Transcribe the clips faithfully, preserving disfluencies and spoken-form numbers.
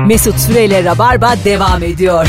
Mesut Süreyle Rabarba devam ediyor.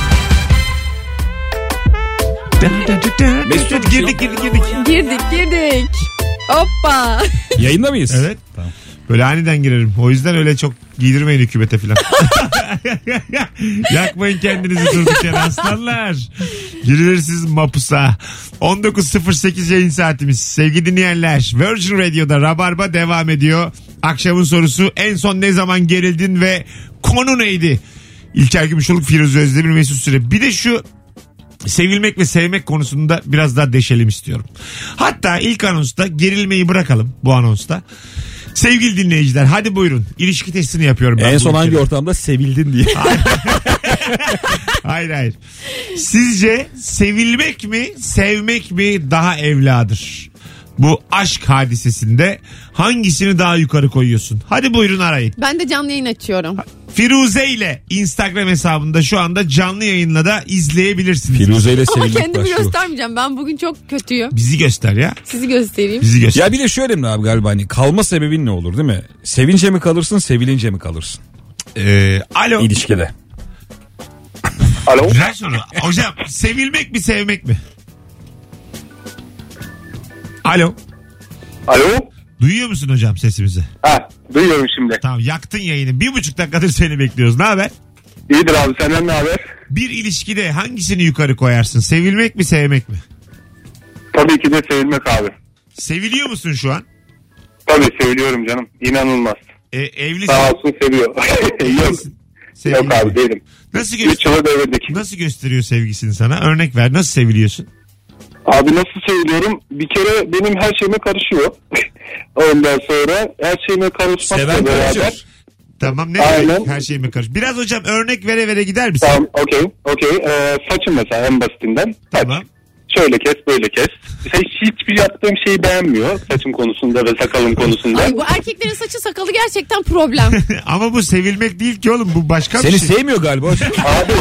Mesut girdik girdik girdik. Girdik girdik. Hoppa. Yayında mıyız? Evet. Tamam. Böyle aniden girerim. O yüzden öyle çok giydirmeyin hükümete falan. Yakmayın kendinizi durduk yere aslanlar. Giriversiniz mapusa. on dokuz sıfır sekiz yayın saatimiz. Sevgili dinleyenler, Virgin Radio'da Rabarba devam ediyor. Akşamın sorusu, en son ne zaman gerildin ve konu neydi? İlker Gümüşoluk, Firuze Özdemir, Mesut Süre. Bir de şu sevilmek ve sevmek konusunda biraz daha deşelim istiyorum. Hatta ilk anonsta gerilmeyi bırakalım, bu anonsta. Sevgili dinleyiciler, hadi buyurun. İlişki testini yapıyorum. En son hangi ortamda sevildin diye. Hayır hayır. Sizce sevilmek mi, sevmek mi daha evladır? Bu aşk hadisesinde hangisini daha yukarı koyuyorsun? Hadi buyurun arayın. Ben de canlı yayın açıyorum. Firuze ile Instagram hesabında şu anda canlı yayınla da izleyebilirsiniz. Firuze ile Ama sevilmek kendimi başlıyor. göstermeyeceğim. Ben bugün çok kötüyüm. Bizi göster ya. Sizi göstereyim. Bizi göster. Ya bir de şöyle mi abi galiba, hani kalma sebebin ne olur değil mi? Sevince mi kalırsın, sevilince mi kalırsın? Ee, alo. İlişkide. Alo. Güzel soru. Hocam sevilmek mi, sevmek mi? Alo. Alo. Duyuyor musun hocam sesimizi? Ha, duyuyorum şimdi. Tamam, yaktın yayını. Bir buçuk dakikadır seni bekliyoruz. Ne haber? İyidir abi, senden ne haber? Bir ilişkide hangisini yukarı koyarsın? Sevilmek mi, sevmek mi? Tabii ki de sevilmek abi. Seviliyor musun şu an? Tabii seviliyorum canım. İnanılmaz. E, evlisin. Sağ olsun seviyor. Yok. Evlisin. Sevgili Yok abi, değilim. Nasıl, üç göster- yılı devirdik. nasıl gösteriyor sevgisini sana? Örnek ver. Nasıl seviliyorsun? Abi nasıl seviliyorum? Bir kere benim her şeyime karışıyor. Ondan sonra her şeyime karışmakla Seven beraber. karışır. Tamam, ne Aynen. demek her şeyime karış. Biraz hocam örnek vere vere gider misin? Tamam, okey, okey. Ee, saçım mesela en basitinden. Tamam. Saç. Şöyle kes, böyle kes. Hiç, hiçbir yaptığım şeyi beğenmiyor saçım konusunda ve sakalım konusunda. Ay, bu erkeklerin saçı sakalı gerçekten problem. Ama bu sevilmek değil ki oğlum, bu başka Seni bir şey. sevmiyor galiba hocam. Abi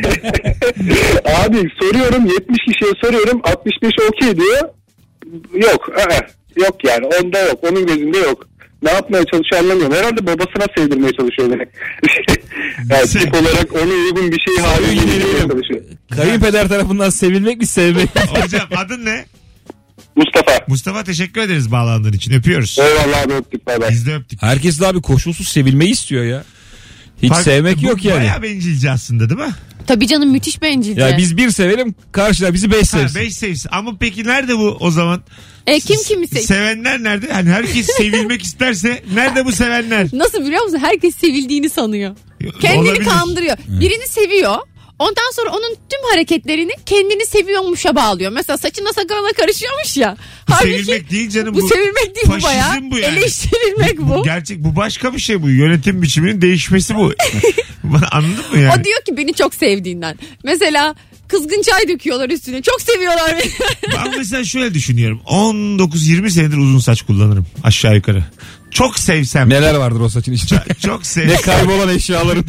abi soruyorum, yetmiş kişiye soruyorum, altmış beş okey diyor. Yok, ı-ı, yok yani, onda yok, onun gözünde yok. Ne yapmaya çalışıyor anlamıyorum. Herhalde babasına sevdirmeye çalışıyor beni. Yani tip olarak ona uygun bir şey haline getirmeye çalışıyor. Kayınpeder tarafından sevilmek mi, sevmek mi? Hocam adın ne? Mustafa. Mustafa, teşekkür ederiz bağlandığın için. Öpüyoruz. Eyvallah abi, öptük, bay bay. Biz de öptük. Herkes de abi koşulsuz sevilmeyi istiyor ya. Hiç Fark- sevmek bu yok yani. Bayağı bencilce aslında, değil mi? Tabii canım, müthiş bencilce. Ya biz bir sevelim, karşıda bizi beş Ha, sevsin. beş sevsin. Ama peki nerede bu o zaman? E, kim kimi sev... Sevenler nerede? Hani herkes sevilmek isterse nerede bu sevenler? Nasıl biliyor musun? Herkes sevildiğini sanıyor. Kendini Olabilir. kandırıyor. Birini seviyor. Ondan sonra onun tüm hareketlerini kendini seviyormuşa bağlıyor. Mesela saçına sakalına karışıyormuş ya. Bu Halbuki sevilmek değil canım. bu, sevilmek değil, bu faşizm bayağı. bu yani. Eleştirilmek bu. Gerçek, bu başka bir şey bu. Yönetim biçiminin değişmesi bu. Anladın mı yani? O diyor ki beni çok sevdiğinden. Mesela kızgın çay döküyorlar üstüne. Çok seviyorlar beni. Ben mesela şöyle düşünüyorum. on dokuz yirmi senedir uzun saç kullanırım aşağı yukarı. Çok sevsem. Neler vardır o saçın içinde? Çok Ne sevsem. kaybolan eşyaların,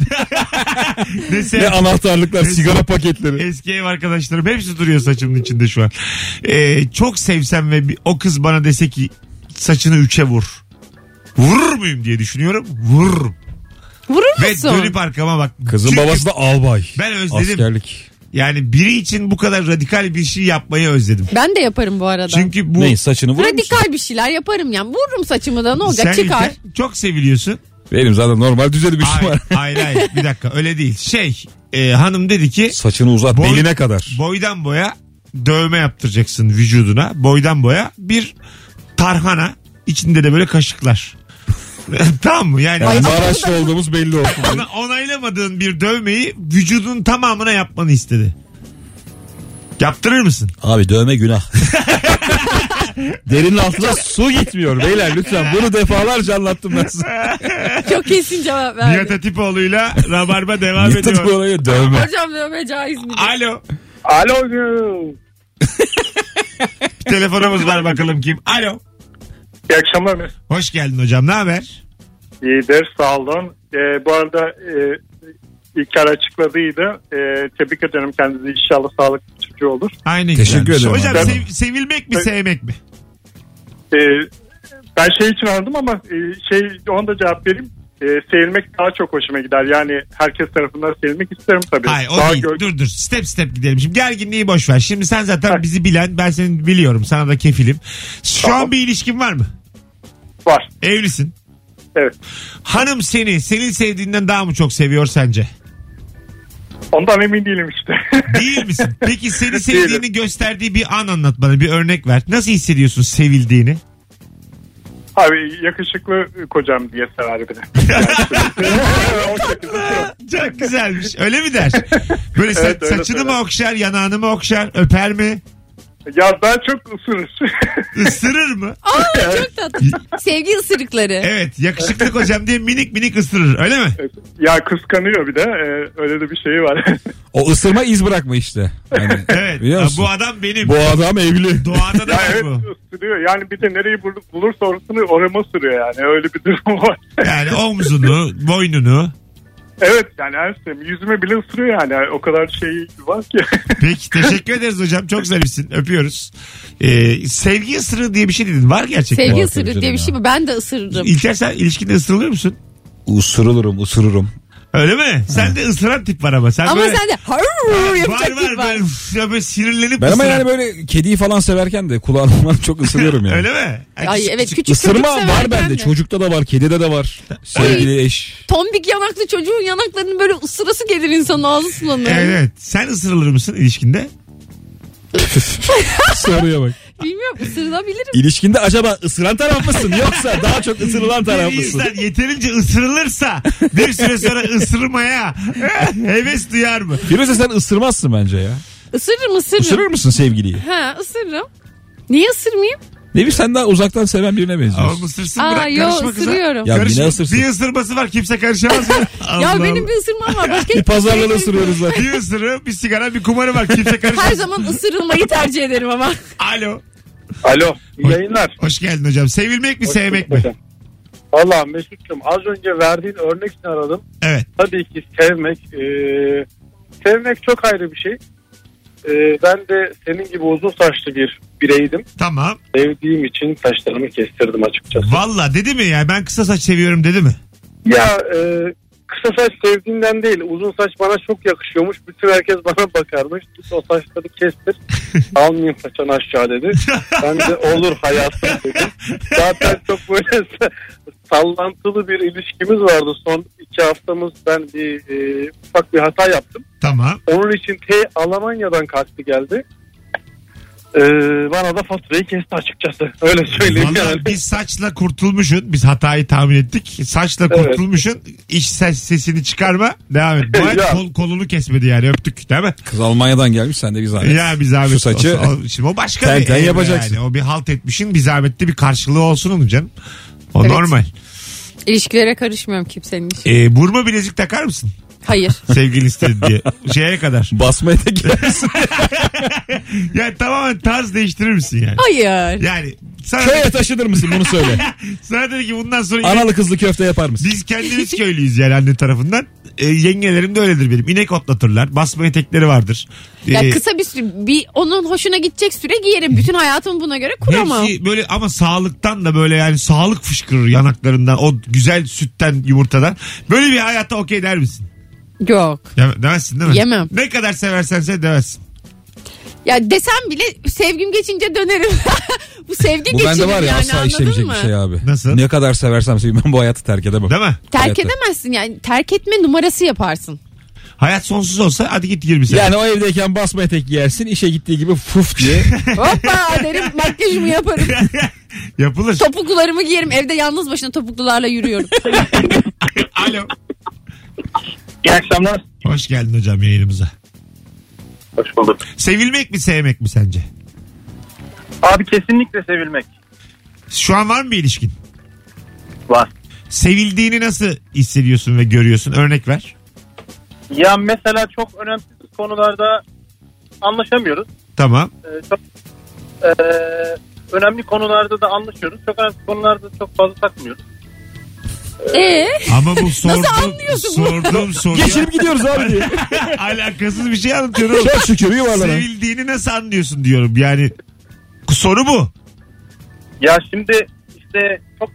ne ne sev- anahtarlıklar, Ne- sigara paketleri. Eski ev arkadaşlarım hepsi duruyor saçımın içinde şu an. Ee, çok sevsem ve bir- o kız bana dese ki saçını üçe vur. Vurur muyum diye düşünüyorum. Vururum. Vurur Ve musun? dönüp arkama bak. Kızın Çünkü babası da albay. ben özledim. Askerlik. Yani biri için bu kadar radikal bir şey yapmayı özledim. Ben de yaparım bu arada. Çünkü bu Ne, saçını vurur musun? Radikal bir şeyler yaparım yani. Vururum saçımı da, ne olacak, sen çıkar. İlker çok seviliyorsun. Benim zaten normal düzeli bir şey Hayır, var. hayır hayır bir dakika öyle değil. Şey e, hanım dedi ki Saçını uzat Boy- beline kadar. boydan boya dövme yaptıracaksın vücuduna. Boydan boya bir tarhana, içinde de böyle kaşıklar. Tamam mı? Yani Yani Maraşlı olduğumuz belli olsun. ona, onaylamadığın bir dövmeyi vücudun tamamına yapmanı istedi. Yaptırır mısın? Abi dövme günah. Derinin altına su gitmiyor beyler, lütfen. Bunu defalarca anlattım ben size. Çok kesin cevap verdi. Nihat Hatipoğlu'yla Rabarba devam Yırtıp ediyor. oraya dövme. Hocam dövme caiz mi? Alo. Alo. Bir telefonumuz var, bakalım kim? Alo. İyi akşamlar. Hoş geldin hocam, ne haber? İyidir, sağ olun. Ee, bu arada e, İlker açıkladıydı. E, tebrik ederim kendinizi. İnşallah sağlıklı bir çocuğu olur. Aynı Teşekkür güzelmiş. ederim Hocam abi. sev- sevilmek mi, Evet. sevmek mi? E, ben şey için aradım ama e, şey ona da cevap vereyim. e, sevilmek daha çok hoşuma gider. Yani herkes tarafından sevilmek isterim tabii. Hayır o daha değil. gör- Dur dur. Step step gidelim. Şimdi gerginliği boş ver. Şimdi sen zaten Heh. bizi bilen, ben seni biliyorum. Sana da kefilim. Şu Tamam. an bir ilişkin var mı? Var. Evlisin. Evet. Hanım seni senin sevdiğinden daha mı çok seviyor sence? Ondan emin değilim işte. Değil misin? Peki seni Değilim. sevdiğini gösterdiği bir an anlat bana. Bir örnek ver. Nasıl hissediyorsun sevildiğini? Abi yakışıklı kocam diye sever bir de. O şekilde. Çok güzelmiş. Öyle mi der? Böyle sa- Evet, öyle saçını söyler. mı okşar, yanağını mı okşar, öper mi? Ya ben çok ısırır. Isırır mı? Aa, çok tatlı. Sevgi ısırıkları. Evet, yakışıklı kocam diye minik minik ısırır. Öyle mi? Ya kıskanıyor bir de. Ee, öyle de bir şeyi var. O ısırma iz bırakma işte. Yani, Evet. biliyor Ha, musun? bu adam benim. Bu adam evli. Doğada da Ya var evet bu. ısırıyor. Yani bir de nereyi bul- bulursa orasını orama sürüyor yani. Öyle bir durum var. Yani omzunu, boynunu. Evet yani her şey. Yüzüme bile ısırıyor yani. O kadar şey var ki. Peki teşekkür ederiz hocam. Çok zarifsin. Öpüyoruz. Ee, sevgi ısırığı diye bir şey dedin. Var gerçekten. Sevgi Var ısırığı tabii diye bir canım şey ya. mi? Ben de ısırırım. İlker sen ilişkinde ısırılıyor musun? Isırılırım ısırırım. Öyle mi? Sen de ısıran tip var ama. Sen Ama böyle... sen de harrrr yapacak var var gibi var. böyle, uf, ya böyle sinirlenip Ben ama ısıran. yani böyle kediyi falan severken de kulağımdan çok ısırıyorum yani. Öyle mi? Ay evet küçük Isırma çocuk var severken bende. de. Çocukta da var, kedide de var. Sevgili eş. Tombik yanaklı çocuğun yanaklarının böyle ısırası gelir insanın ağzı sulanır. Evet. Sen ısırılır mısın ilişkinde? Soruya bak. Bilmiyorum ısırılabilirim. İlişkinde acaba ısıran taraf mısın yoksa daha çok ısırılan taraf Bir mısın? insan yeterince ısırılırsa bir süre sonra ısırmaya heves duyar mı? Firuze sen ısırmazsın bence ya. Isırırım ısırırım. Isırır mısın sevgiliyi? Ha ısırırım. Niye ısırmayayım? Ne bileyim sen daha uzaktan seven birine Ama benziyorsun. ısırsın Aa, bırak yo, karışma kıza. ısırıyorum. Ya Karışma. yine ısırsın. Bir ısırması var kimse karışamaz ya. Allah Ya Allah. benim bir ısırmam var. Başka Bir pazarla da ısırıyoruz zaten. Bir ısırığı, bir sigara, bir kumarı var. Kimse karışmaz. Her zaman ısırılmayı tercih ederim ama. Alo. Alo. iyi yayınlar. Hoş geldin hocam. Sevilmek mi Hoş sevmek bulduk mi? hocam. Valla Mesut'cum az önce verdiğin örnek için aradım. Evet. Tabii ki sevmek. E, sevmek çok ayrı bir şey. E, ben de senin gibi uzun saçlı bir bireydim. Tamam. Sevdiğim için saçlarımı kestirdim açıkçası. Valla dedi mi ya ben kısa saç seviyorum dedi mi? Ya e, kısa saç sevdiğimden değil, uzun saç bana çok yakışıyormuş. Bütün herkes bana bakarmış. Git o saçları kestir. Almayayım saçan aşağı dedi. Ben de olur hayatım dedim. Zaten çok böyle sallantılı bir ilişkimiz vardı. Son iki haftamız ben bir e, ufak bir hata yaptım. Tamam. Onun için T Almanya'dan kalktı geldi. Ee, bana da faturayı kesti açıkçası. Öyle söyleyeyim Vallahi yani. biz saçla kurtulmuşsun. Biz hatayı tahmin ettik. Saçla Evet. kurtulmuşsun. İş ses, sesini çıkarma. Devam et. Bu ay Ya. kol, kolunu kesmedi yani öptük değil mi? Kız Almanya'dan gelmiş sen de bir zahmet. Ya bir zahmet. Şu saçı O, o- şimdi o başka ten bir ten evre yapacaksın. Yani. O bir halt etmişin bir zahmetli bir karşılığı olsun onun canım. O Evet. normal. İlişkilere karışmıyorum kimsenin işi. Ee, burma bilezik takar mısın? Hayır. Sevgili istedi diye. Şeye kadar. basmaya da girersin. Yani tamamen tarz değiştirir misin yani? Hayır. Yani sana, Köye taşınır mısın bunu söyle. sana dedi ki bundan sonra Analı kızlı köfte yapar mısın? biz kendimiz köylüyüz yani anne tarafından. Ee, yengelerim de öyledir benim. İnek otlatırlar. Basma etekleri vardır. Ya Ee, kısa bir süre bir onun hoşuna gidecek süre giyerim. Bütün hayatımı buna göre kuramam. Hepsi böyle ama sağlıktan da böyle yani sağlık fışkırır yanaklarından. O güzel sütten yumurtadan. Böyle bir hayata okey der misin? Yok. Ya, demezsin değil mi? Yemem. Ne kadar seversen sen demezsin. Ya desem bile sevgim geçince dönerim. Bu sevgi Bu geçirir bende var ya yani asla anladın işlemeyecek mı? bir şey abi. Nasıl? Ne kadar seversem seveyim ben bu hayatı terk edemem. Değil mi? Terk Hayatta. edemezsin yani. Terk etme numarası yaparsın. Hayat sonsuz olsa hadi git yirmi sene. Yani o evdeyken basma etek giyersin işe gittiği gibi fuf diye. Hoppa derim makyajımı yaparım. Yapılır. Topuklularımı giyerim. Evde yalnız başına topuklularla yürüyorum. Alo. İyi akşamlar. Hoş geldin hocam yayınımıza. Hoş bulduk. Sevilmek mi sevmek mi sence? Abi kesinlikle sevilmek Şu an var mı bir ilişkin? var. Sevildiğini nasıl hissediyorsun ve görüyorsun? Örnek ver. Ya mesela çok önemsiz konularda anlaşamıyoruz. Tamam. Ee, çok ee, önemli konularda da anlaşıyoruz. Çok önemli konularda çok fazla takmıyoruz. Ee, Ama bu sorduğum, anlıyorsun bunu? sorduğum soruya Geçirip gidiyoruz abi diye. alakasız bir şey anlatıyorum. Çok şükür yuvarlanan. Sevildiğini nasıl anlıyorsun diyorum. Yani soru bu. Ya şimdi işte çok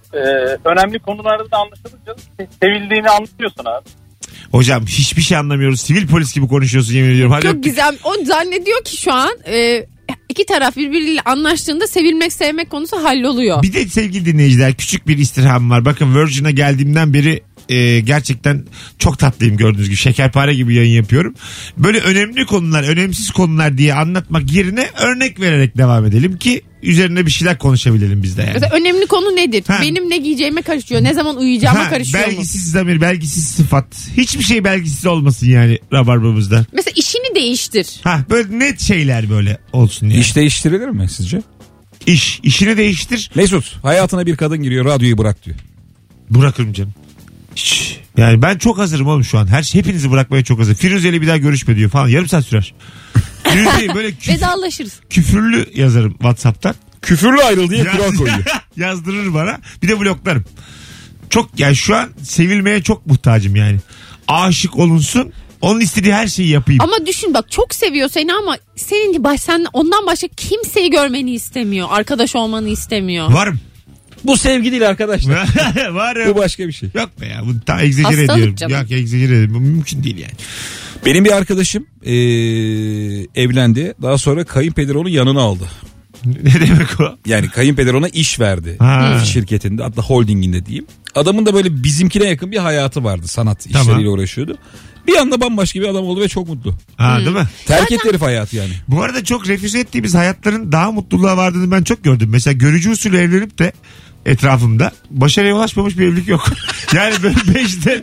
e, önemli konularda da anlaşılınca sevildiğini anlıyorsun abi. Hocam hiçbir şey anlamıyoruz. Sivil polis gibi konuşuyorsun yemin ediyorum. Hadi Çok öptük. güzel. O zannediyor ki şu an e, iki taraf birbiriyle anlaştığında sevilmek sevmek konusu halloluyor. Bir de sevgili dinleyiciler küçük bir istirham var. Bakın Virgin'a geldiğimden beri e, gerçekten çok tatlıyım gördüğünüz gibi. Şekerpare gibi yayın yapıyorum. Böyle önemli konular, önemsiz konular diye anlatmak yerine örnek vererek devam edelim ki üzerine bir şeyler konuşabilelim biz de yani. Mesela önemli konu nedir? Ha. Benim ne giyeceğime karışıyor. Ne zaman uyuyacağıma Ha, karışıyor mu? belgisiz zamir, belgisiz sıfat. Hiçbir şey belgisiz olmasın yani rabarbamızda. Mesela işini değiştir. Ha böyle net şeyler böyle olsun yani. İş değiştirilir mi sizce? İş. İşini değiştir. Mesut, hayatına bir kadın giriyor, radyoyu bırak diyor. Bırakırım canım. Şş. Yani ben çok hazırım oğlum şu an. Her şey hepinizi bırakmaya çok hazırım. Firuze'yle bir daha görüşme diyor falan. Yarım saat sürer. Firuze'yi böyle küf- Vedalaşırız. küfürlü yazarım WhatsApp'tan. Küfürlü ayrıl diye Yaz- kural koyuyor. Yazdırır bana. Bir de bloklarım. Çok yani şu an sevilmeye çok muhtacım yani. Aşık olunsun. Onun istediği her şeyi yapayım. Ama düşün bak çok seviyor seni ama senin baş, sen ondan başka kimseyi görmeni istemiyor. Arkadaş olmanı istemiyor. Varım. Bu sevgi değil arkadaşlar. Varım. Bu başka bir şey. Yok be ya. Bunu ta egzajere Hastalık ediyorum. canım. Yok egzajere ediyorum. Bu mümkün değil yani. Benim bir arkadaşım eee, evlendi. Daha sonra kayınpederi onu yanına aldı. Ne demek o? Yani kayınpeder ona iş verdi. Ha. Şirketinde, hatta holdinginde diyeyim. Adamın da böyle bizimkine yakın bir hayatı vardı. Sanat Tamam. işleriyle uğraşıyordu. Bir anda bambaşka bir adam oldu ve çok mutlu. Ha değil mi? Terk etti herif hayatı yani. Bu arada çok refüze ettiğimiz hayatların daha mutluluğa vardığını ben çok gördüm. Mesela görücü usulü evlenip de etrafımda başarıya ulaşmamış bir evlilik yok. Yani böyle beşte...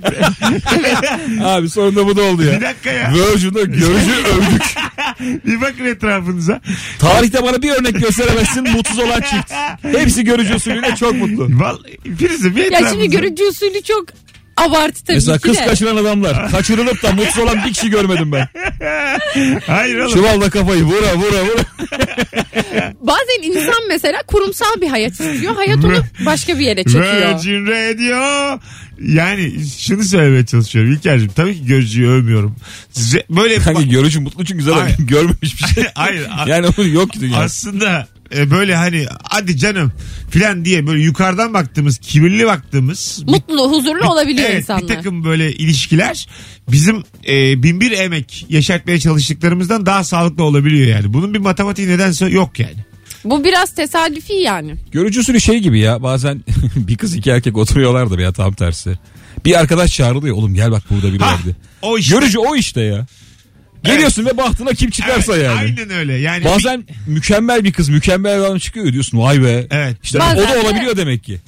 Abi sonunda bu da oldu bir ya. dakika ya. Virgin'da görücü övdük. Bir bakın etrafınıza. Tarihte bana bir örnek gösteremezsin mutsuz olan çift. Hepsi görücü usulüyle çok mutlu. Vallahi Firuze bir Ya etrafınıza. şimdi görücü usulü çok abartı tabii Mesela ki kız de. kaçıran adamlar. Kaçırılıp da mutsuz olan bir kişi görmedim ben. Hayır oğlum. Çuvalda kafayı vura vura vura. Bazen insan mesela kurumsal bir hayat istiyor. Hayat onu başka bir yere çekiyor. Virgin Radio. Yani şunu söylemeye çalışıyorum İlker'cim. Tabii ki görücüyü övmüyorum. Size böyle... Hangi görücü mutlu çünkü zaten Hayır. görmemiş bir şey. Hayır. Yani onun yok ki dünyada. Aslında e, böyle hani hadi canım filan diye böyle yukarıdan baktığımız, kibirli baktığımız Mutlu, huzurlu olabiliyor evet, insanlar. bir takım böyle ilişkiler bizim e, bin bir emek yaşatmaya çalıştıklarımızdan daha sağlıklı olabiliyor yani. Bunun bir matematiği nedense yok yani. Bu biraz tesadüfi yani. Görücü usulü şey gibi ya, bazen bir kız iki erkek oturuyorlardır ya, tam tersi. Bir arkadaş çağrılıyor, oğlum gel bak burada biri Ha, vardı. o işte. Görücü o işte ya. Geliyorsun ve bahtına kim çıkarsa Evet, yani. Aynen öyle yani. Bazen mükemmel bir kız, mükemmel bir adam çıkıyor diyorsun, vay be. Evet. İşte Bazen o da de- olabiliyor demek ki.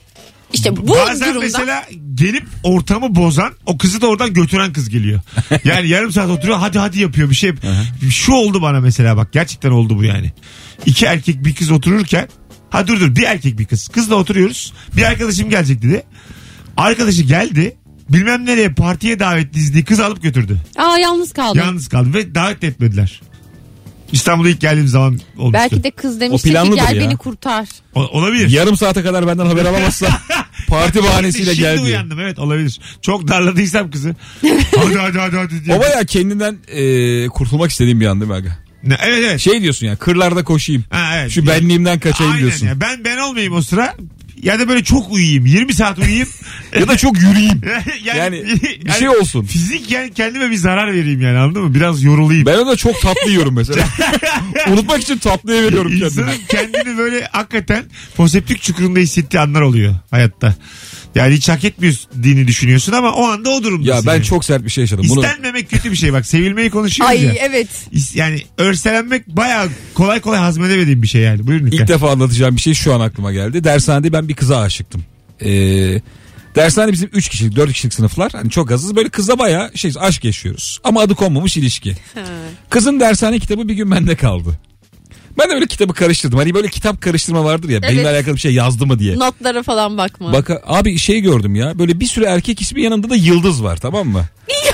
İşte bu Bazen durumda mesela gelip ortamı bozan, o kızı da oradan götüren kız geliyor. Yani yarım saat oturuyor, hadi hadi yapıyor bir şey. Şu oldu bana mesela, bak gerçekten oldu bu yani. İki erkek bir kız otururken, ha dur dur bir erkek bir kız. Kızla oturuyoruz. Bir arkadaşım gelecek dedi. Arkadaşı geldi. Bilmem nereye partiye davetliyiz diye kız alıp götürdü. aa yalnız kaldım. Yalnız kaldı ve davet etmediler. İstanbul'a ilk geldiğim zaman olmuştu. Belki de kız demişti ki planlıdır gel ya. beni kurtar. O- olabilir. Yarım saate kadar benden haber alamazsa parti bahanesiyle Şimdi geldi. uyandım, evet olabilir. Çok darladıysam kızı. Hadi hadi hadi hadi diye. O baya kendinden e, kurtulmak istediğim bir an değil mi aga? Ne, evet evet. Şey diyorsun ya, kırlarda koşayım. Ha, evet. Şu benliğimden kaçayım Aynen diyorsun. ya. Ben ben olmayayım o sıra. Ya da böyle çok uyuyayım. yirmi saat uyuyayım. Ya da çok yürüyeyim. yani, Yani bir şey olsun. Fiziken kendime bir zarar vereyim yani, anladın mı? Biraz yorulayım. Ben ona çok tatlı yiyorum mesela. Unutmak için tatlıya veriyorum kendimi. İnsanın kendini böyle hakikaten foseptik çukurunda hissettiği anlar oluyor hayatta. Yani hiç hak etmediğini düşünüyorsun ama o anda o durumdasın. Ya ben yani. çok sert bir şey yaşadım. Bunu İstenmemek kötü bir şey, bak sevilmeyi konuşuyoruz Ay ya. evet. İs- Yani örselenmek bayağı kolay kolay hazmedemediğim bir şey yani. Buyurun lütfen. ilk defa anlatacağım bir şey şu an aklıma geldi. Dershanede ben bir kıza aşıktım. Ee, dershanede bizim üç kişilik dört kişilik sınıflar. Hani çok azız, böyle kızla bayağı şey, aşk yaşıyoruz. Ama adı konmamış ilişki. Kızın dershane kitabı bir gün bende kaldı. Ben de böyle kitabı karıştırdım. Hani böyle kitap karıştırma vardır ya. Evet. Benimle alakalı bir şey yazdı mı diye. Notlara falan bakma. Bak abi şey gördüm ya. Böyle bir sürü erkek ismi, yanında da yıldız var, tamam mı?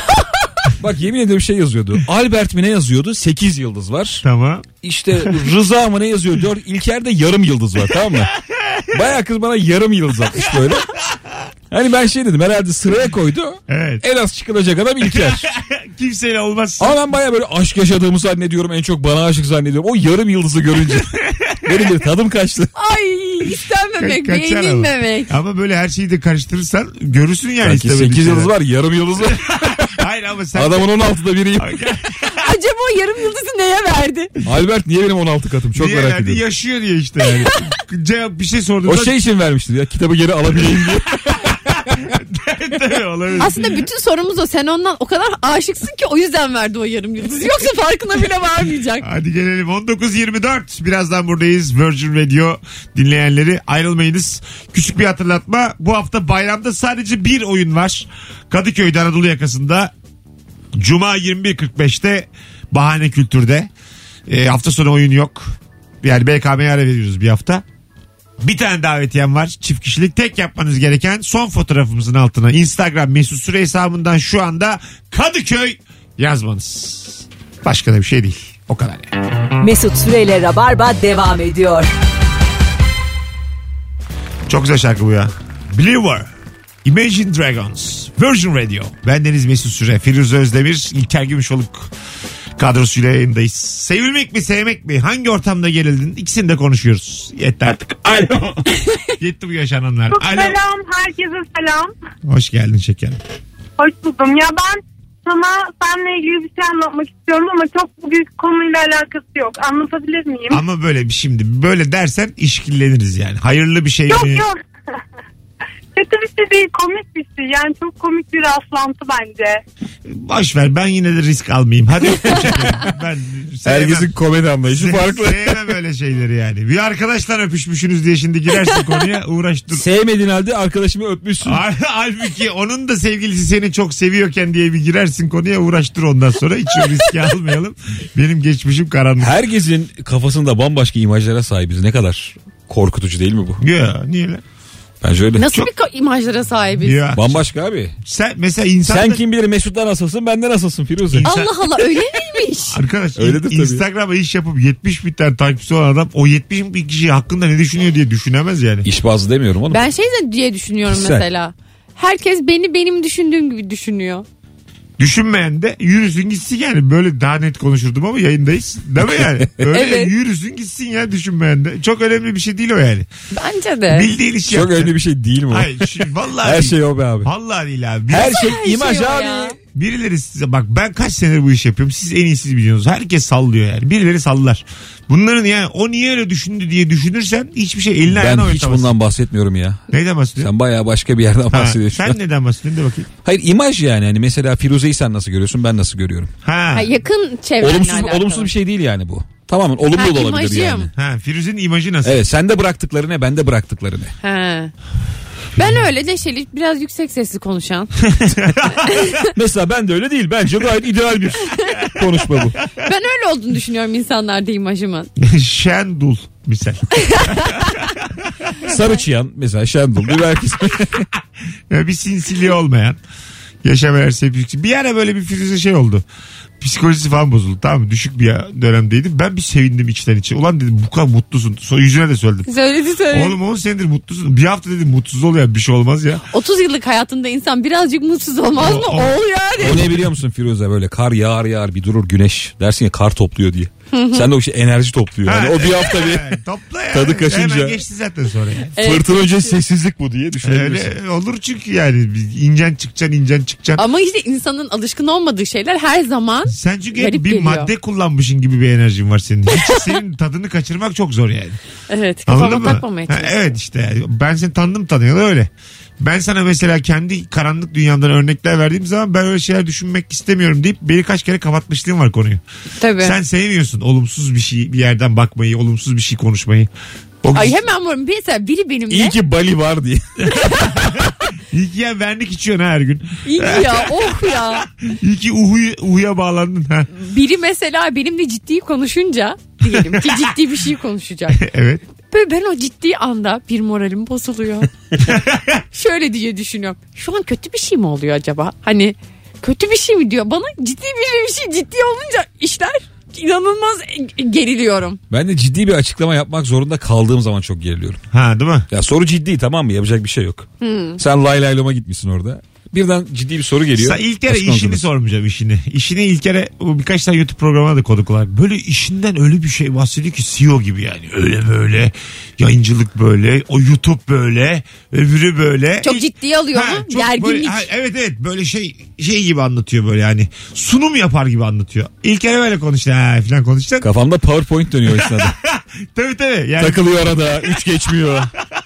Bak yemin ediyorum şey yazıyordu. Albert mi ne yazıyordu? sekiz yıldız var. Tamam. İşte Rıza mı ne yazıyor? dört. İlker'de yarım yıldız var, tamam mı? Bayağı kız bana yarım yıldız atmış böyle. Hani ben şey dedim, herhalde sıraya koydu. Evet. En az çıkılacak adam İlker. Kimseyle olmaz. Ama ben bayağı böyle aşk yaşadığımı zannediyorum. En çok bana aşık zannediyorum. O yarım yıldızı görünce benim bir tadım kaçtı. Ay istenmemek, Ka- kaçar ama. beğenilmemek. Ama böyle her şeyi de karıştırırsan görürsün yani. Belki istemediğin sekiz yıldız şeyler. var, yarım yıldız var. Hayır ama sen... Adamın on altıda biriyim. Acaba o yarım yıldızı neye verdi? Albert niye benim on altı katım? Çok Niye merak verdi? ediyorum. Yaşıyor diye işte yani. Cevap bir şey sordum. O şey için vermiştir ya, kitabı geri alabileyim diye. Tabii olabilir. Aslında bütün sorumuz o. Sen ondan o kadar aşıksın ki o yüzden verdi o yarım yıldızı. Yoksa farkına bile varmayacak. Hadi gelelim on dokuz yirmi dört. Birazdan buradayız. Virgin Radio dinleyenleri ayrılmayınız. Küçük bir hatırlatma. Bu hafta bayramda sadece bir oyun var. Kadıköy'de Anadolu yakasında. Cuma yirmi bir kırk beşte Bahane Kültür'de. E, hafta sonu oyun yok. Yani B K M'ye ara veriyoruz bir hafta. Bir tane davetiyem var. Çift kişilik. Tek yapmanız gereken son fotoğrafımızın altına Instagram Mesut Süre hesabından şu anda Kadıköy yazmanız. Başka da bir şey değil. O kadar yani. Mesut Süreyle Rabarba devam ediyor. Çok güzel şarkı bu ya. Believer. Imagine Dragons. Virgin Radio. Bendeniz Mesut Süre. Firuze Özdemir. İlker Gümüşoluk kadrosuyla yayındayız. Sevilmek mi sevmek mi? Hangi ortamda gerildin? İkisini de konuşuyoruz. Yetti artık. Alo. Yetti bu yaşananlar. Alo. Selam, herkese selam. Hoş geldin şekerim. Hoş buldum. Ya ben sana seninle ilgili bir şey anlatmak istiyorum ama çok büyük konuyla alakası yok. Anlatabilir miyim? Ama böyle bir şimdi böyle dersen işkilleniriz yani. Hayırlı bir şey yok mi? yok. Kötü bir şey değil, komik bir şey. Yani çok komik bir rastlantı bence. Boş ver, ben yine de risk almayayım. Hadi öpüşelim. Ben sevmem. Herkesin komedi anlayışı farklı. Sevmem öyle şeyleri yani. Bir arkadaşlar öpüşmüşsünüz diye şimdi girersin konuya, uğraş dur. Sevmediğin halde arkadaşımı öpmüşsün. Halbuki onun da sevgilisi seni çok seviyorken diye bir girersin konuya, uğraştır ondan sonra. Hiç o riski almayalım. Benim geçmişim karanlık. Herkesin kafasında bambaşka imajlara sahibiz. Ne kadar korkutucu değil mi bu? Ya niye lan? Bence öyle. Nasıl Çok- bir ko- imajlara sahibiz? Ya. Bambaşka abi. Sen mesela insan Sen kim bilir Mesut'tan nasılsın, benden nasılsın Firuze? İnsan- Allah Allah, öyle miymiş? Arkadaş Öyledir tabii. Instagram'a iş yapıp yetmiş bin tane takipçisi olan adam o yetmiş bin kişi hakkında ne düşünüyor diye düşünemez yani. İş bazlı demiyorum oğlum. Ben şey de diye düşünüyorum Sen. mesela. Herkes beni benim düşündüğüm gibi düşünüyor. Düşünmeyen de yürüsün gitsin yani. Böyle daha net konuşurdum ama yayındayız. Değil mi yani? Öyle Evet. yürüsün gitsin ya, düşünmeyen de. Çok önemli bir şey değil o yani. Bence de. Bildiğin işi Çok yapacaksın. önemli bir şey değil mi o? Hayır şu, vallahi Her değil. şey o be abi. Vallahi değil abi. Bir- Her şey Her imaj şey o abi. ya. Birileri size bak, ben kaç senedir bu işi yapıyorum. Siz en iyisiniz biliyorsunuz. Herkes sallıyor yani. Birileri sallar. Bunların yani o niye öyle düşündü diye düşünürsen hiçbir şey eline ayağına Ben hiç oynatamazsın. bundan bahsetmiyorum ya. Neyden bahsediyorsun? Sen bayağı başka bir yerden Ha, bahsediyorsun. sen neden bahsediyorsun de bakayım. Hayır, imaj yani. Hani mesela Firuze'yi sen nasıl görüyorsun, ben nasıl görüyorum. Ha. Ha, yakın çevrenle Olumsuz alakalı. olumsuz bir şey değil yani bu. Tamamen olumlu Ha, da olabilir imajım. yani. Ha, Firuze'nin imajı nasıl? Evet, sende bıraktıkları ne, bende bıraktıkları ne. Ha. Ben öyle neşeli, biraz yüksek sesli konuşan. Mesela ben de öyle değil. Bence gayet ideal bir konuşma bu. Ben öyle olduğunu düşünüyorum insanlarda imajımın. Şendul misal. Sarı çıyan mesela Şendul. Bir herkes. Ya bir sinsiliği olmayan. Yaşam enerjisi yüksek. Bir ara böyle bir Firuze şey oldu. Psikolojisi falan bozuldu, tamam mı? Düşük bir dönemdeydi. Ben bir sevindim içten içe. Ulan dedim bu kadar mutlusun. Sonra yüzüne de söyledim. Söyledi söyledi. Oğlum on senedir mutlusun. Bir hafta dedim mutsuz ol ya, bir şey olmaz ya. otuz yıllık hayatında insan birazcık mutsuz olmaz mı? O- o- Ol yani. O ne biliyor musun Firuze, böyle kar yağar yağar bir durur güneş. Dersin ya kar topluyor diye. Sen de o şey enerji topluyor. Yani Ha, o bir hafta bir he, topla ya. tadı kaçınca. Hemen geçti zaten sonra yani. Evet. fırtına önce sessizlik bu diye düşünebilirsin. Öyle olur çünkü yani. İncen çıkacaksın, incen çıkacaksın. Ama işte insanın alışkın olmadığı şeyler her zaman Sen çünkü hep garip bir geliyor. madde kullanmışın gibi bir enerjin var senin. Hiç senin tadını kaçırmak çok zor yani. evet Anladın kafama mı? takmamaya Ha, çalışıyorum. evet işte yani. Ben seni tanıdım tanıyalı öyle. Ben sana mesela kendi karanlık dünyamdan örnekler verdiğim zaman ben öyle şeyler düşünmek istemiyorum deyip beni kaç kere kapatmışlığım var konuyu. Tabii. Sen sevmiyorsun olumsuz bir şey, bir yerden bakmayı, olumsuz bir şey konuşmayı. O Ay hemen vururum. Mesela biri benimle. İyi ki Bali var diye. İyi ki ya vernik içiyorsun her gün. İyi ki ya oh ya. İyi ki uhuya, uhuya bağlandın. Ha. Biri mesela benimle ciddi konuşunca diyelim ki ciddi bir şey konuşacak. Evet. Böyle ben o ciddi anda bir moralim bozuluyor. Şöyle diye düşünüyorum. Şu an kötü bir şey mi oluyor acaba? Hani kötü bir şey mi diyor? Bana ciddi bir şey ciddi olunca işler inanılmaz geriliyorum. Ben de ciddi bir açıklama yapmak zorunda kaldığım zaman çok geriliyorum. Ha değil mi? Ya soru ciddi, tamam mı? Yapacak bir şey yok. Sen lay lay loma gitmişsin orada. birden ciddi bir soru geliyor. Sen ilk kere Açık işini konuşuruz. sormayacağım işini. İşini ilk kere birkaç tane YouTube programına da konuk olarak. Böyle işinden öyle bir şey bahsediyor ki C E O gibi yani. Öyle böyle yayıncılık böyle. O YouTube böyle. Öbürü böyle. Çok ciddiye alıyor Ha, mu? çok Gerginlik. böyle- ha, evet evet böyle şey şey gibi anlatıyor böyle yani. Sunum yapar gibi anlatıyor. İlk kere böyle konuştu ha falan konuşacak. Kafamda PowerPoint dönüyor işte. Tabii tabii. Yani Takılıyor arada. Üç geçmiyor.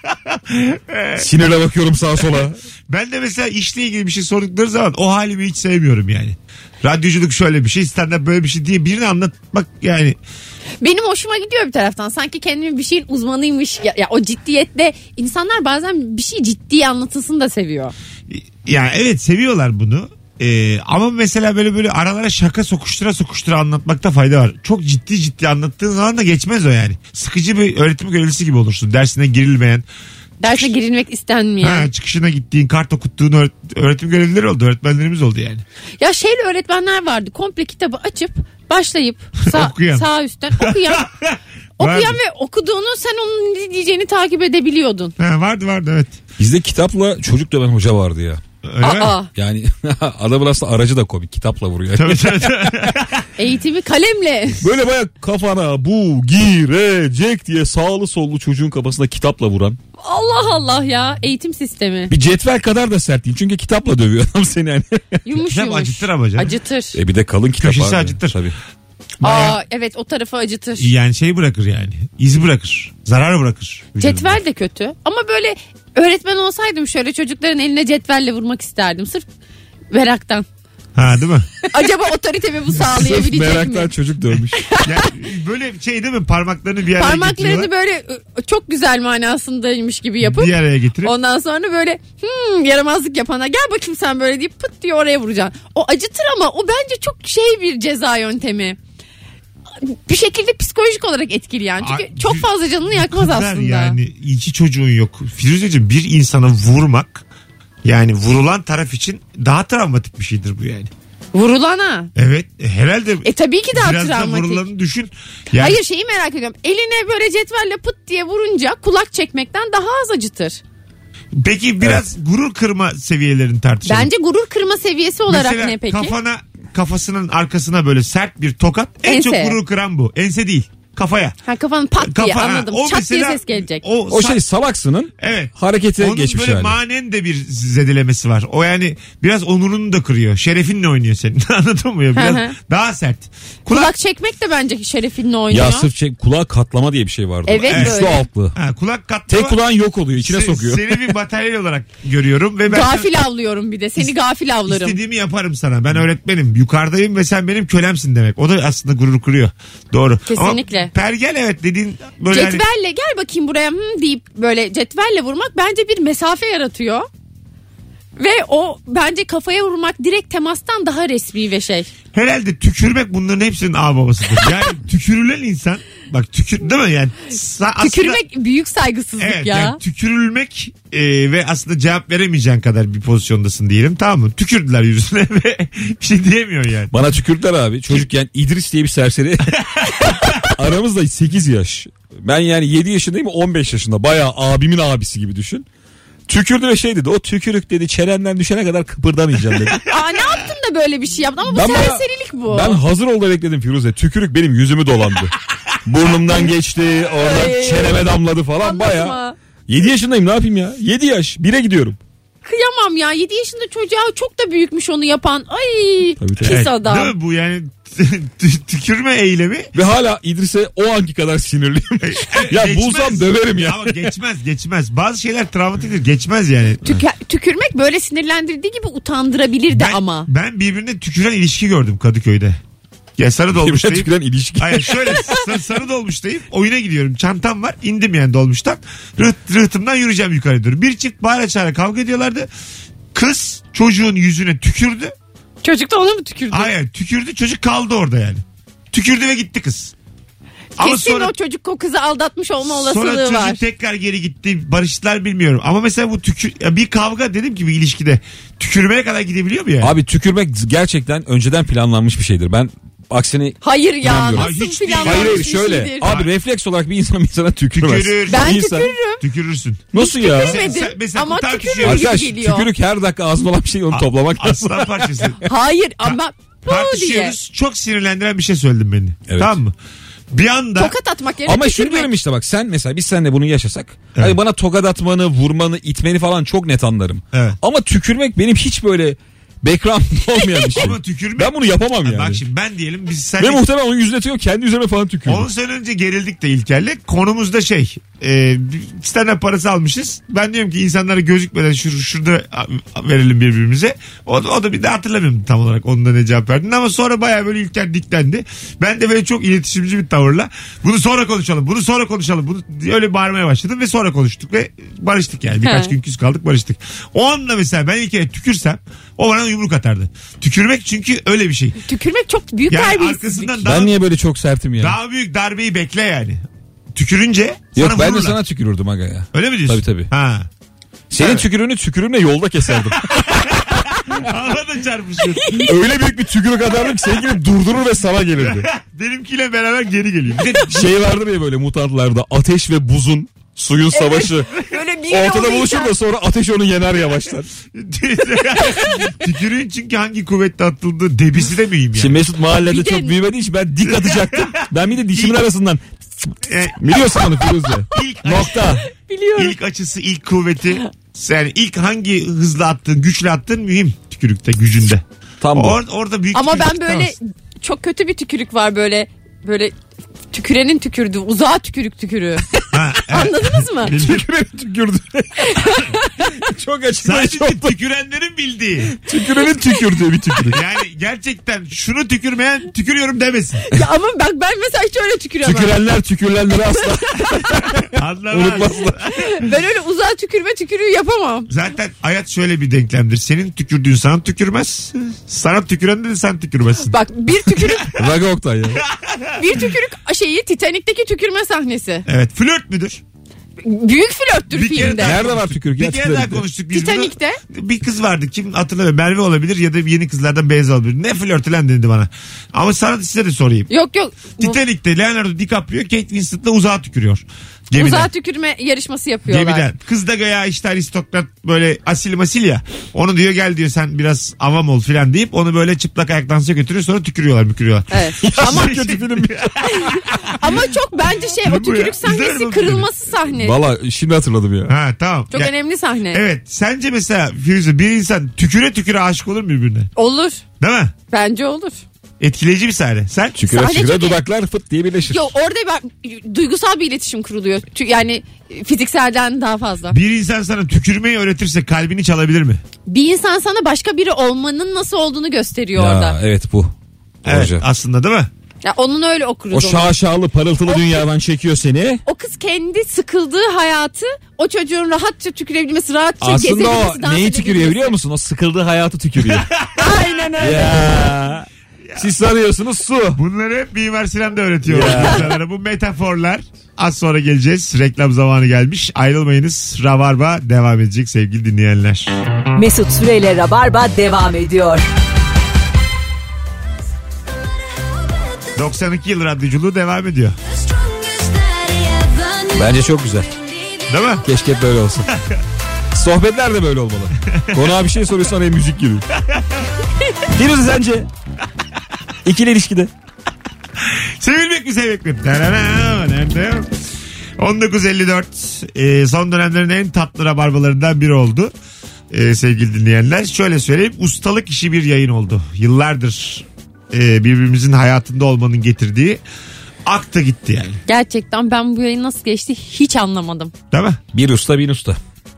Sinirle bakıyorum sağa sola. ben de mesela işle ilgili bir şey sordukları zaman o halimi hiç sevmiyorum yani. Radyoculuk şöyle bir şey, stand-up böyle bir şey diye birini anlatmak yani. Benim hoşuma gidiyor bir taraftan. Sanki kendimi bir şeyin uzmanıymış. Ya, ya o ciddiyette insanlar bazen bir şey ciddi anlatılsın da seviyor. Yani evet seviyorlar bunu. Ee, ama mesela böyle böyle aralara şaka sokuştura sokuştura anlatmakta fayda var. Çok ciddi ciddi anlattığın zaman da geçmez o yani. Sıkıcı bir öğretim görevlisi gibi olursun. Dersine girilmeyen. Derse girilmek istenmiyor. Ha, çıkışına gittiğin, kart okuttuğun öğret- öğretim görevlileri oldu. Öğretmenlerimiz oldu yani. Ya şeyli öğretmenler vardı. Komple kitabı açıp başlayıp sağ, Okuyan. sağ üstten okuyan. Vardı. okuyan ve okuduğunu sen onun ne diyeceğini takip edebiliyordun. Ha, vardı vardı evet. Bizde kitapla çocuk döven hoca vardı ya. Öyle mi? Aa, Yani adamın aslında aracı da komik. Kitapla vuruyor. Tabii tabii. tabii. eğitimi kalemle. Böyle baya kafana bu girecek diye sağlı sollu çocuğun kafasına kitapla vuran. Allah Allah ya, eğitim sistemi. Bir cetvel kadar da sert değil. Çünkü kitapla dövüyor adam seni yani. Yumuş Kitap yumuş. acıtır ama canım. Acıtır. E bir de kalın kitap Köşesi abi. acıtır. Tabii. Bayağı- Aa evet, o tarafı acıtır. Yani şey bırakır yani. İz bırakır. Zarar bırakır. vücuduna. Cetvel de kötü. Ama böyle öğretmen olsaydım şöyle çocukların eline cetvelle vurmak isterdim. Sırf meraktan. Ha değil mi? Acaba otoritemi bu Sırf sağlayabilecek meraktan mi? çocuk dövmüş. Yani böyle şey değil mi? Parmaklarını bir araya Parmaklarını getiriyorlar. böyle ı, çok güzel manasındaymış gibi yapıp Bir araya getirip. ondan sonra böyle hmm, yaramazlık yapana gel bakayım sen böyle deyip pıt diye oraya vuracaksın. O acıtır ama o bence çok şey bir ceza yöntemi. Bir şekilde psikolojik olarak etkili yani. Çünkü Ay, çok fazla canını yakmaz kadar aslında. Yani iki çocuğun yok. Firuzeciğim bir insanı vurmak yani vurulan taraf için daha travmatik bir şeydir bu yani. Vurulana. Evet herhalde. E tabii ki daha biraz da travmatik. vurulanı düşün. Yani, Hayır, şeyi merak ediyorum. Eline böyle cetvelle pıt diye vurunca kulak çekmekten daha az acıtır. Peki biraz gurur kırma seviyelerini tartışalım. Bence gurur kırma seviyesi olarak Mesela ne peki? kafana kafasının arkasına böyle sert bir tokat en Ense. çok gurur kıran bu. Ense değil. Kafaya. Ha, kafanın pat diye Kafa, ha, anladım. o Çat mesela- diye ses gelecek. O, O sa- şey salaksının evet. harekete Onun geçmiş böyle hali. manen de bir zedelemesi var. O yani biraz onurunu da kırıyor. Şerefinle oynuyor senin. Anladın mı ya? Biraz Hı hı. daha sert. Kulak, Kulak, çekmek de bence şerefinle oynuyor. Ya sırf şey, kulağa katlama diye bir şey vardı. Evet, Üstü böyle. altlı. ha, kulak katlama. Tek kulağın yok oluyor. içine Se- sokuyor. Seni bir materyal olarak görüyorum ve ben Gafil avlıyorum bir de. Seni gafil avlarım. istediğimi yaparım sana. Ben öğretmenim. Yukarıdayım ve sen benim kölemsin demek. O da aslında gurur kırıyor. Doğru. Kesinlikle. Ama pergel evet dediğin böyle hani- Cetvelle gel bakayım buraya hmm deyip böyle cetvelle vurmak bence bir mesafe yaratıyor. Ve o bence kafaya vurmak direkt temastan daha resmi ve şey. herhalde tükürmek bunların hepsinin ağ babasıdır. Yani tükürülen insan bak tükür değil mi yani? Sa- aslında- Tükürmek büyük saygısızlık Evet ya. yani tükürülmek e, ve aslında cevap veremeyeceğin kadar bir pozisyondasın diyelim, tamam mı? Tükürdüler yüzüne ve bir şey diyemiyor yani. Bana tükürdüler abi. Çocukken İdris diye bir serseri. Aramızda sekiz yaş. Ben yani yedi yaşındayım, on beş yaşında. Bayağı abimin abisi gibi düşün. Tükürdü ve şey dedi, o tükürük dedi çenenden düşene kadar kıpırdamayacağım dedi. Aa, ne yaptın da böyle bir şey yaptın ama bu Ben bayağı- serserilik bu. Ben hazır ol da bekledim Firuze. Tükürük benim yüzümü dolandı. Burnumdan geçti, oradan Ay. çeneme damladı falan. Anlatma. Bayağı. yedi yaşındayım, ne yapayım ya? yedi yaş. bire gidiyorum. Kıyamam ya, yedi yaşında çocuğa çok da büyükmüş onu yapan. Ay Tabii, tabii. pis Evet, adam. değil mi bu yani tü- tükürme eylemi. Ve hala İdris'e o anki kadar sinirliyim. ya Geçmez. bulsam döverim ya. Ama geçmez geçmez. Bazı şeyler travmatiktir, geçmez yani. Tüke- tükürmek böyle sinirlendirdiği gibi utandırabilir de Ben, ama. ben birbirine tüküren ilişki gördüm Kadıköy'de. Ya sarı Birbirine dolmuştayım. tüküren ilişki. Hayır şöyle sa- sarı dolmuştayım. Oyuna gidiyorum. Çantam var. İndim yani dolmuştan. Rıht, rıhtımdan yürüyeceğim yukarı doğru. Bir çift bağıra çağıra kavga ediyorlardı. Kız çocuğun yüzüne tükürdü. Çocuk da ona mı tükürdü? Hayır tükürdü, çocuk kaldı orada yani. Tükürdü ve gitti kız. Kesin o çocuk o kızı aldatmış olma olasılığı sonra çocuk var. tekrar geri gitti. Barıştılar bilmiyorum. Ama mesela bu tükür ya bir kavga dedim ki bir ilişkide tükürmeye kadar gidebiliyor mu yani? Abi tükürmek gerçekten önceden planlanmış bir şeydir. Ben Aksini Hayır ya İnanmıyorum. nasıl Hiç değil. filan hayır hayır bir şöyle. şeydir. Abi refleks olarak bir insan insana tükürmez. Tükürür. Ben İnsan- tükürürüm. Tükürürsün. Nasıl ya? Tükürmedim Sen- mesela ama tartışıyoruz. tükürürüm gibi Arkadaş geliyor. tükürük her dakika ağzında olan bir şey onu toplamak lazım. Aslan parçası. Hayır ama bu diye. Tartışıyoruz. Çok sinirlendiren bir şey söyledin beni. Evet. Tamam mı? Bir anda Tokat atmak yerine Ama şunu tükürmek. diyorum işte bak sen mesela biz seninle bunu yaşasak. Evet. Hani bana tokat atmanı, vurmanı, itmeni falan çok net anlarım. Evet. Ama tükürmek benim hiç böyle background olmayan bir şey. Ama tükürmek- Ben bunu yapamam yani. bak şimdi ben diyelim biz Ve sen muhtemelen onun yüzüne tükürüyor kendi üzerime falan tükürüyor. on sene önce gerildik de İlker'le. Konumuzda şey e, bir stand-up parası almışız. Ben diyorum ki insanlara gözükmeden şur, şurada a- verelim birbirimize. O, o da bir de hatırlamıyorum tam olarak onun da ne cevap verdiğini ama sonra baya böyle İlker diklendi. Ben de böyle çok iletişimci bir tavırla bunu sonra konuşalım bunu sonra konuşalım bunu öyle bağırmaya başladım ve sonra konuştuk ve barıştık yani. Birkaç He. gün küs kaldık barıştık. O anda mesela ben İlker'e tükürsem o bana yumruk atardı. Tükürmek çünkü öyle bir şey. Tükürmek çok büyük Yani terbiyesizlik. arkasından daha Ben niye böyle çok sertim ya? daha büyük darbeyi bekle yani. Tükürünce Yok sana ben de vururlar. sana tükürürdüm aga ya. Öyle mi diyorsun? Tabii, tabii. Ha. Senin Evet. tükürüğünü tükürüğümle yolda keserdim. Havada çarpışıyor. Öyle büyük bir tükürük atardım ki seni gelip durdurur ve sana gelirdi. Benimkiyle beraber geri geliyor. Bir de Şey vardır ya böyle mutantlarda ateş ve buzun suyun savaşı. Böyle bir Ortada buluşur da sonra ateş onu yener yavaşlar. tükürüğün çünkü hangi kuvvetle atıldığı debisi de mühim yani. Şimdi Mesut mahallede Bir de- çok büyümediği için ben dik atacaktım. Ben bir de dişimin arasından E, biliyorsun onu Firuze. ilk, Nokta. biliyorum. ilk açısı, ilk kuvveti. Yani ilk hangi hızla attığın, güçle attığın mühim tükürükte, gücünde. Tam bu. Or, orada büyük Ama ben tükürük böyle tutamazsın. çok kötü bir tükürük var böyle böyle tükürenin tükürdüğü uzağa tükürük tükürüğü. Ha, evet. Anladınız mı? Tükürenin tükürdü. Çok açık. Sadece Çok da- tükürenlerin bildiği. Tükürenin tükürdüğü bir tükürük. Yani gerçekten şunu tükürmeyen tükürüyorum demesin. Ya ama bak ben mesela hiç öyle tüküremem. Tükürenler tükürülenleri asla Anlamaz. unutmazlar. Ben öyle uzağa tükürme tükürüğü yapamam. Zaten hayat şöyle bir denklemdir. Senin tükürdüğün sana tükürmez. Sana tüküren de sen tükürmezsin. Bak bir tükürük Raga Oktay ya. bir tükürük şeyi Titanik'teki tükürme sahnesi. Evet, flört müdür? Büyük flörttür Bir kere filmde. daha Nerede var konuştuk. tükürük Bir ya kere daha Titanik'te? konuştuk biz Titanik'te. bunu. Bir kız vardı, kim hatırlamıyorum, Merve olabilir ya da yeni kızlardan Beyza olabilir. Ne flörtü lan dedi bana. Ama sana size de sorayım. Yok yok. Bu Titanik'te Leonardo DiCaprio Kate Winslet'la uzağa tükürüyor. Gemiden. uzağa tükürme yarışması yapıyorlar. Gemiden. Kız da gaya işte aristokrat böyle asil masil ya. Onu diyor gel diyor sen biraz avam ol filan deyip onu böyle çıplak ayak dansa götürüyor sonra tükürüyorlar mükürüyorlar. Evet. Ama Kötü film. Ama çok bence şey o Bu ya. tükürük sahnesi İzlerim o kırılması sahne. Valla şimdi hatırladım ya. Ha tamam. Çok Ya- önemli sahne. Evet sence mesela Firuze bir insan tüküre tüküre aşık olur mu birbirine? Olur. Değil mi? Bence olur. Etkileyici bir sahne. Sen? Tüküre Sahne tüküre çok- dudaklar fıt diye birleşir. Yok orada ben, duygusal bir iletişim kuruluyor. Tü- Yani fizikselden daha fazla. Bir insan sana tükürmeyi öğretirse kalbini çalabilir mi? Bir insan sana başka biri olmanın nasıl olduğunu gösteriyor Ya, orada. evet bu. Evet Olacak. aslında değil mi? Ya onun öyle okuruz O onu. şaşalı parıltılı dünyadan çekiyor seni. O kız kendi sıkıldığı hayatı o çocuğun rahatça tükürebilmesi, rahatça Aslında gezebilmesi, o dans neyi tükürüyor edebilmesi. biliyor musun? O sıkıldığı hayatı tükürüyor. Aynen öyle. ya. Siz sanıyorsunuz su. Bunları hep Mimar Sinan da öğretiyor Ya. insanlara. Bu metaforlar. Az sonra geleceğiz. Reklam zamanı gelmiş. Ayrılmayınız. Rabarba devam edecek sevgili dinleyenler. Mesut Süreyle Rabarba devam ediyor. doksan iki yıl radyoculuğu devam ediyor. Bence çok güzel. Değil mi? Keşke hep böyle olsun. Sohbetler de böyle olmalı. Konuğa bir şey soruyorsan araya müzik giriyor. Firuze sence? İkili ilişkide. Sevilmek mi sevmek mi? Darara, nerede? on dokuz elli dört e, son dönemlerin en tatlı rabarbalarından biri oldu. E, sevgili dinleyenler. Şöyle söyleyeyim. Ustalık işi bir yayın oldu. Yıllardır e, birbirimizin hayatında olmanın getirdiği aktı gitti yani. Gerçekten ben bu yayın nasıl geçti hiç anlamadım. Değil mi? Bir usta bir usta.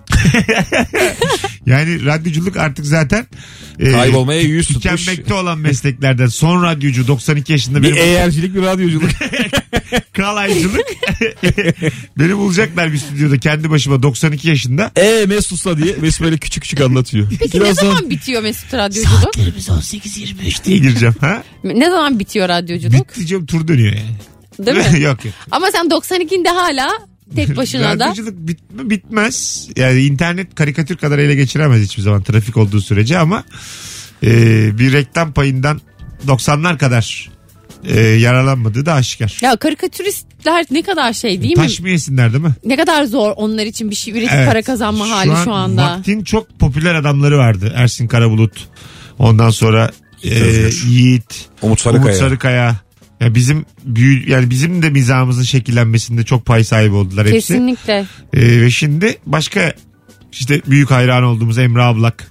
Yani radyoculuk artık zaten e, Kaybolmaya yüz tutmuş. tükenmekte olan mesleklerden. Son radyocu doksan iki yaşında Bir benim eğercilik bir radyoculuk. kalaycılık. Beni bulacaklar bir stüdyoda kendi başıma doksan iki yaşında. Eee Mesut Usta diye Mesut böyle küçük küçük anlatıyor. Peki ne zaman bitiyor Mesut radyoculuk? Saatlerimiz on sekiz yirmi üç diye gireceğim. Ha? Ne zaman bitiyor radyoculuk? Bitti canım, tur dönüyor yani. Değil mi? yok yok. Ama sen doksan ikinde hala tek başına da. Radyoculuk bit, bitmez. Yani internet karikatür kadar ele geçiremez hiçbir zaman trafik olduğu sürece ama e, bir reklam payından doksanlar kadar e, yaralanmadığı da aşikar. Ya karikatüristler ne kadar şey değil mi? Taş mı yesinler değil mi? Ne kadar zor onlar için bir şey üretip Evet. para kazanma hali an şu anda. Vaktin çok popüler adamları vardı. Ersin Karabulut. Ondan sonra Yiğit e, Özgür. Yiğit. Umut Sarıkaya. Umut Sarıkaya. Ya bizim büyü, yani bizim de mizahımızın şekillenmesinde çok pay sahibi oldular hepsi. Kesinlikle. E, ve şimdi başka işte büyük hayran olduğumuz Emre Ablak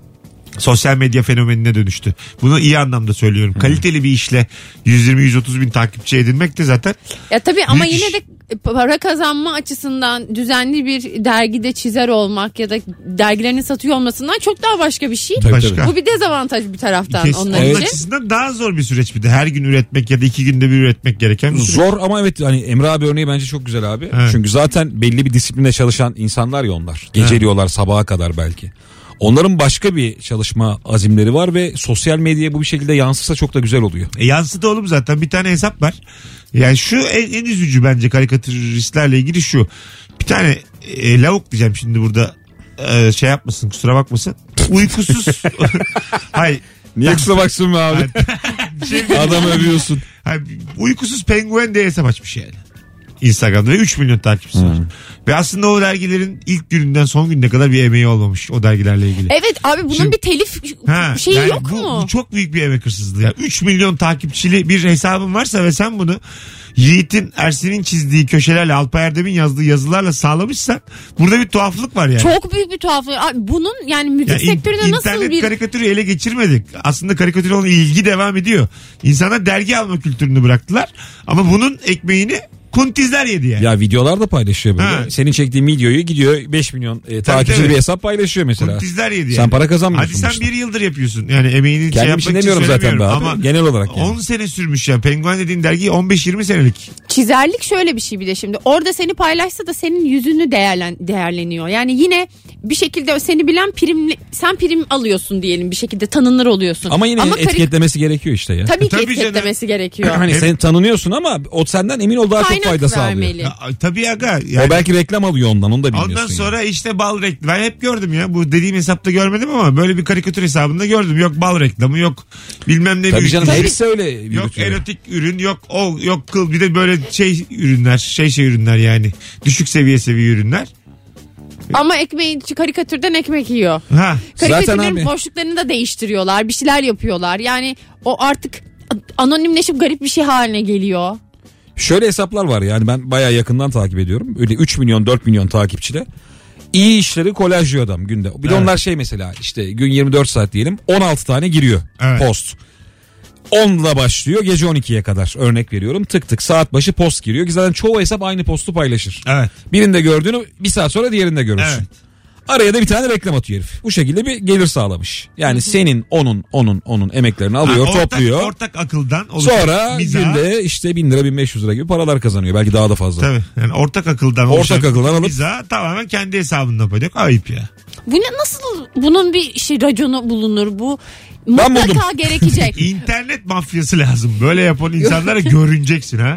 sosyal medya fenomenine dönüştü. Bunu iyi anlamda söylüyorum. Kaliteli bir işle yüz yirmi yüz otuz bin takipçi edinmek de zaten Ya tabii ama büyük yine iş. de para kazanma açısından düzenli bir dergide çizer olmak ya da dergilerini satıyor olmasından çok daha başka bir şey. Tabii, başka. tabii. Bu bir dezavantaj bir taraftan Kesin. onlar Onun Evet. için. açısından daha zor bir süreç bir de. Her gün üretmek ya da iki günde bir üretmek gereken bir süreç. Zor ama evet hani Emre abi örneği bence çok güzel abi. Evet. Çünkü zaten belli bir disiplinde çalışan insanlar ya onlar. Geceliyorlar sabaha kadar belki. Onların başka bir çalışma azimleri var ve sosyal medyaya bu bir şekilde yansısa çok da güzel oluyor. E yansıdı oğlum zaten. Bir tane hesap var. Yani şu en, en üzücü bence karikatüristlerle ilgili şu. Bir tane e, lavuk diyeceğim şimdi burada e, şey yapmasın kusura bakmasın. Uykusuz. Hayır. Niye kusura baksın be abi? Şey, Adamı övüyorsun. Hayır, uykusuz penguen diye hesap açmış yani. Instagram'da ve üç milyon takipçisi var. Ve aslında o dergilerin ilk gününden son gününe kadar bir emeği olmamış o dergilerle ilgili. Evet abi bunun Şimdi- bir telif Ha, şeyi yani yok bu, mu? Bu çok büyük bir emek hırsızlığı. Ya. üç milyon takipçili bir hesabın varsa ve sen bunu Yiğit'in, Ersin'in çizdiği köşelerle, Alpay Erdem'in yazdığı yazılarla sağlamışsan burada bir tuhaflık var yani. Çok büyük bir tuhaflık. Abi bunun yani müzik Ya in- sektöründe nasıl internet bir karikatürü ele geçirmedik. Aslında karikatüre olan ilgi devam ediyor. İnsanlar dergi alma kültürünü bıraktılar. Ama bunun ekmeğini kuntizler yedi yani. Ya videolar da paylaşıyor böyle. Ha. Senin çektiğin videoyu gidiyor beş milyon e, takipçili tabii. bir hesap paylaşıyor mesela. Kuntizler yedi yani. Sen para kazanmıyorsun Hadi sen işte. bir yıldır yapıyorsun. Yani emeğini şey Kendim yapmak için için demiyorum zaten be söylemiyorum. abi. Ama Genel olarak yani. on sene sürmüş ya. Penguen dediğin dergi on beş yirmi senelik. çizerlik şöyle bir şey bir de şimdi. Orada seni paylaşsa da senin yüzünü değerlen, değerleniyor. Yani yine bir şekilde seni bilen primli, sen prim alıyorsun diyelim bir şekilde tanınır oluyorsun. Ama yine karik- etiketlemesi gerekiyor işte ya. Tabii ki Tabii etiketlemesi gerekiyor. Hani Evet. sen tanınıyorsun ama o senden emin ol daha çok Kaynak fayda sağlıyor. vermeli. Ya, tabii aga. Yani O belki reklam alıyor ondan onu da bilmiyorsun. ondan yani. sonra işte bal reklamı. Ben hep gördüm ya. Bu dediğim hesapta görmedim ama böyle bir karikatür hesabında gördüm. Yok bal reklamı, yok bilmem ne. Tabii bir- canım Tabii. hepsi öyle Yok yürütüyor. erotik ürün, yok o, yok kıl. Bir de böyle şey ürünler, şey şey ürünler yani. Düşük seviye seviye ürünler. Ama ekmeği karikatürden ekmek yiyor. Ha. Zaten Karikatürlerin abi- boşluklarını da değiştiriyorlar. Bir şeyler yapıyorlar. Yani o artık anonimleşip garip bir şey haline geliyor. Şöyle hesaplar var yani ben bayağı yakından takip ediyorum. Öyle üç milyon dört milyon takipçiyle. İyi işleri kolajlıyor adam günde. Bir de Evet. onlar şey mesela işte gün yirmi dört saat diyelim on altı tane giriyor Evet. post. onla başlıyor gece on ikiye kadar örnek veriyorum. Tık tık saat başı post giriyor. Ki zaten çoğu hesap aynı postu paylaşır. Evet. Birinde gördüğünü bir saat sonra diğerinde görürsün. Evet. Araya da bir tane reklam atıyor herif. Bu şekilde bir gelir sağlamış. Yani senin onun onun onun emeklerini alıyor Ha, ortak, topluyor. Ortak akıldan oluşan Sonra mizah. günde işte bin lira bin beş yüz lira gibi paralar kazanıyor. Belki daha da fazla. Tabii. Yani ortak akıldan Ortak oluşan akıldan alıp- mizah tamamen kendi hesabından paylaşıyor. Ayıp ya. Bu ne nasıl bunun bir şey raconu bulunur bu Ben mutlaka buldum. gerekecek. İnternet mafyası lazım. Böyle yapan insanlara görüneceksin ha.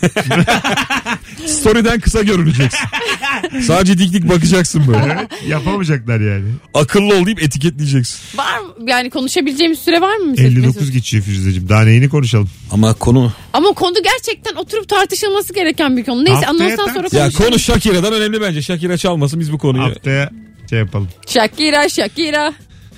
Story'den kısa görüneceksin. Sadece dik dik bakacaksın böyle. Evet, yapamayacaklar yani. Akıllı ol deyip etiketleyeceksin. Var mı? Yani konuşabileceğimiz süre var mı? Mesut? elli dokuz geçiyor Firuzeciğim. Daha neyini konuşalım? Ama konu... Ama konu gerçekten oturup tartışılması gereken bir konu. Neyse Haftaya anonstan tam- sonra Ya konuşalım. konu Shakira'dan önemli bence. Shakira çalmasın biz bu konuyu. Haftaya şey yapalım. Shakira Shakira.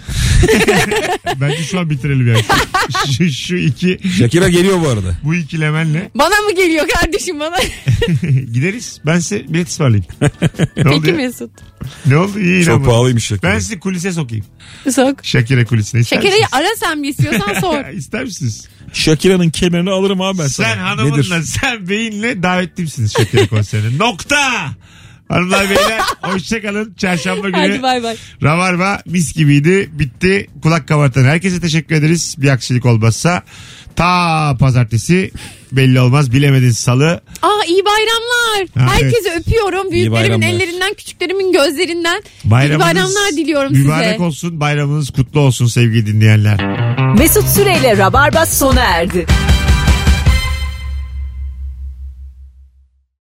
Bence şu an bitirelim yani. Şu, şu iki Shakira geliyor bu arada. bu ikilemenle Bana mı geliyor kardeşim bana? gideriz. Ben size bilet ısmarlayayım. Ne oldu Peki ya? Mesut. Ne oldu? İyi Çok inanma. pahalıymış Shakira. Ben sizi kulise sokayım. Sok. Shakira kulisine. İster Şakire'yi misiniz? ara sen bir istiyorsan sor. İster misiniz? Shakira'nın kemerini alırım abi ben Sen sana. hanımınla Nedir? sen beyinle davetlimsiniz Shakira konserine. Nokta. Hanımlar beyler hoşçakalın. Çarşamba günü Hadi bay bay. Rabarba mis gibiydi. Bitti. Kulak kabartan herkese teşekkür ederiz. Bir aksilik olmazsa. Ta pazartesi belli olmaz. Bilemedin salı. Aa iyi bayramlar. Ha, Herkese öpüyorum. Büyüklerimin bayramlar. ellerinden, küçüklerimin gözlerinden. İyi Bayramınız bayramlar diliyorum mübarek size. olsun. Bayramınız kutlu olsun sevgili dinleyenler. Mesut Süreyle Rabarba sona erdi.